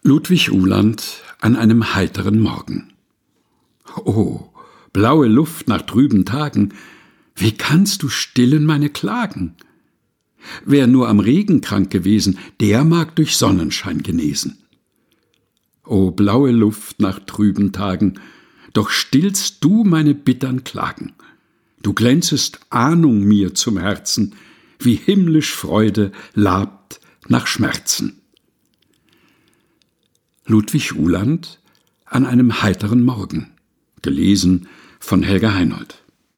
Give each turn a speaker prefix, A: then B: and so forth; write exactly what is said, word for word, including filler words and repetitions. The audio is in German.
A: Ludwig Uhland an einem heiteren Morgen. Oh, blaue Luft nach trüben Tagen, wie kannst du stillen meine Klagen? Wer nur am Regen krank gewesen, der mag durch Sonnenschein genesen. O blaue Luft nach trüben Tagen, doch stillst du meine bittern Klagen. Du glänzest Ahnung mir zum Herzen, wie himmlisch Freude labt nach Schmerzen. Ludwig Uhland an einem heiteren Morgen. Gelesen von Helga Heinold.